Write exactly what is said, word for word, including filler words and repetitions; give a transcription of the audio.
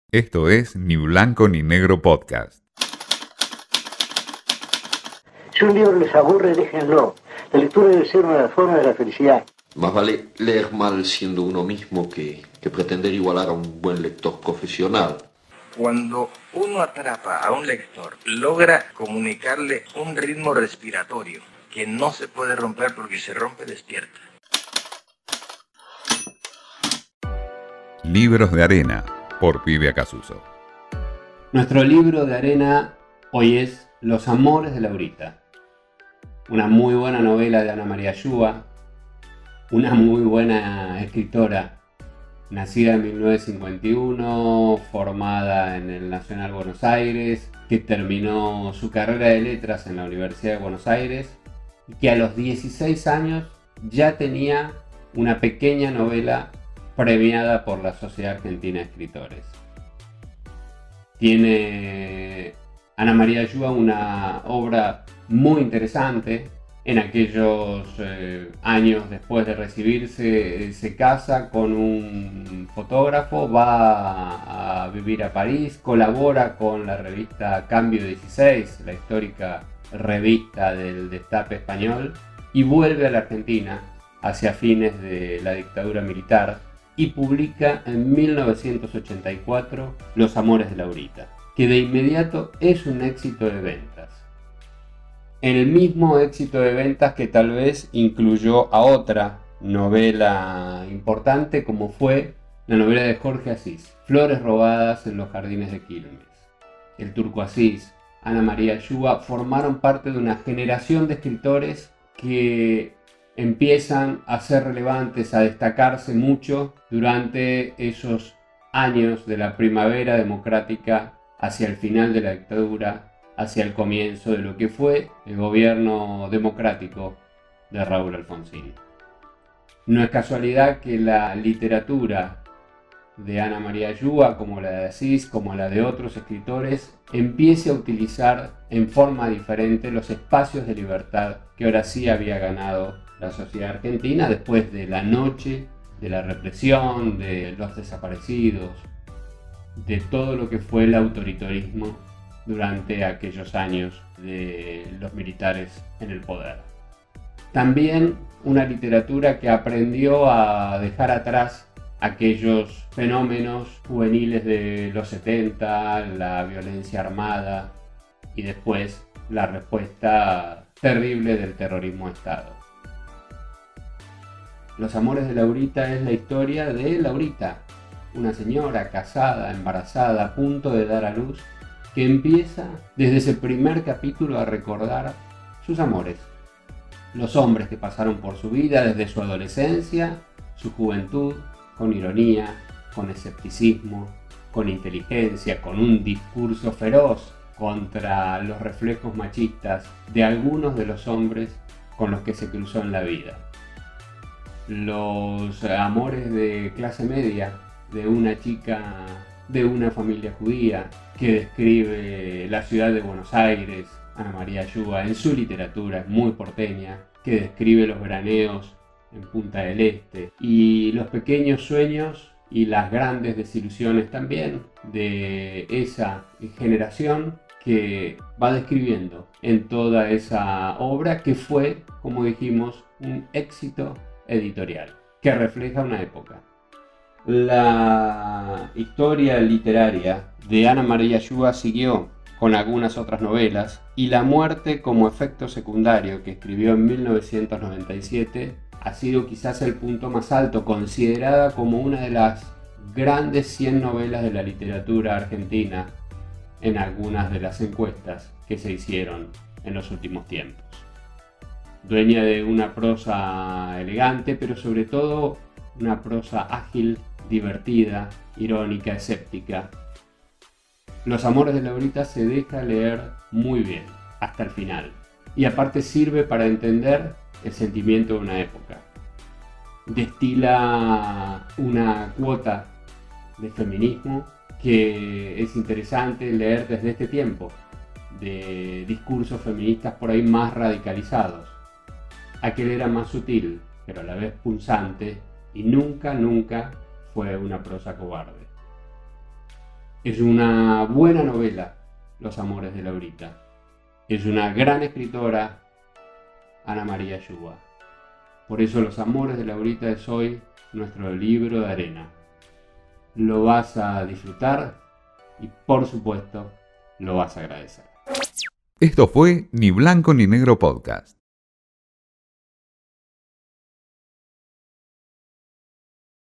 Esto es Ni Blanco ni Negro Podcast. Si un libro les aburre, déjenlo. La lectura debe ser una de las formas de la felicidad. Más vale leer mal siendo uno mismo que, que pretender igualar a un buen lector profesional. Cuando uno atrapa a un lector, logra comunicarle un ritmo respiratorio que no se puede romper porque se rompe despierta. Libros de Arena, por Pibe Acasuso. Nuestro libro de arena hoy es Los amores de Laurita. Una muy buena novela de Ana María Ayúa, una muy buena escritora, nacida en mil novecientos cincuenta y uno, formada en el Nacional Buenos Aires, que terminó su carrera de letras en la Universidad de Buenos Aires y que a los dieciséis años ya tenía una pequeña novela premiada por la Sociedad Argentina de Escritores. Tiene Ana María Ayúa una obra muy interesante. En aquellos eh, años después de recibirse, eh, se casa con un fotógrafo, va a vivir a París, colabora con la revista Cambio dieciséis, la histórica revista del destape español, y vuelve a la Argentina hacia fines de la dictadura militar y publica en mil novecientos ochenta y cuatro Los amores de Laurita, que de inmediato es un éxito de ventas. El mismo éxito de ventas que tal vez incluyó a otra novela importante como fue la novela de Jorge Asís, Flores robadas en los jardines de Quilmes. El Turco Asís, Ana María Ayúa formaron parte de una generación de escritores que empiezan a ser relevantes, a destacarse mucho durante esos años de la primavera democrática hacia el final de la dictadura, hacia el comienzo de lo que fue el gobierno democrático de Raúl Alfonsín. No es casualidad que la literatura de Ana María Ayúa, como la de Asís, como la de otros escritores, empiece a utilizar en forma diferente los espacios de libertad que ahora sí había ganado la sociedad argentina después de la noche, de la represión, de los desaparecidos, de todo lo que fue el autoritarismo durante aquellos años de los militares en el poder. También una literatura que aprendió a dejar atrás aquellos fenómenos juveniles de los setenta, la violencia armada y después la respuesta terrible del terrorismo de Estado. Los amores de Laurita es la historia de Laurita, una señora casada, embarazada, a punto de dar a luz, que empieza desde ese primer capítulo a recordar sus amores, los hombres que pasaron por su vida desde su adolescencia, su juventud, con ironía, con escepticismo, con inteligencia, con un discurso feroz contra los reflejos machistas de algunos de los hombres con los que se cruzó en la vida. Los amores de clase media de una chica de una familia judía que describe la ciudad de Buenos Aires, Ana María Ayúa, en su literatura, es muy porteña, que describe los veraneos en Punta del Este y los pequeños sueños y las grandes desilusiones también de esa generación que va describiendo en toda esa obra que fue, como dijimos, un éxito editorial que refleja una época. La historia literaria de Ana María Ayúa siguió con algunas otras novelas y La muerte como efecto secundario, que escribió en mil novecientos noventa y siete, ha sido quizás el punto más alto, considerada como una de las grandes cien novelas de la literatura argentina en algunas de las encuestas que se hicieron en los últimos tiempos. Dueña de una prosa elegante, pero sobre todo una prosa ágil, divertida, irónica, escéptica. Los amores de Laurita se deja leer muy bien, hasta el final. Y aparte sirve para entender el sentimiento de una época. Destila una cuota de feminismo que es interesante leer desde este tiempo, de discursos feministas por ahí más radicalizados. Aquel era más sutil, pero a la vez punzante, y nunca, nunca fue una prosa cobarde. Es una buena novela, Los amores de Laurita. Es una gran escritora, Ana María Yuba. Por eso Los amores de Laurita es hoy nuestro libro de arena. Lo vas a disfrutar y, por supuesto, lo vas a agradecer. Esto fue Ni Blanco ni Negro Podcast.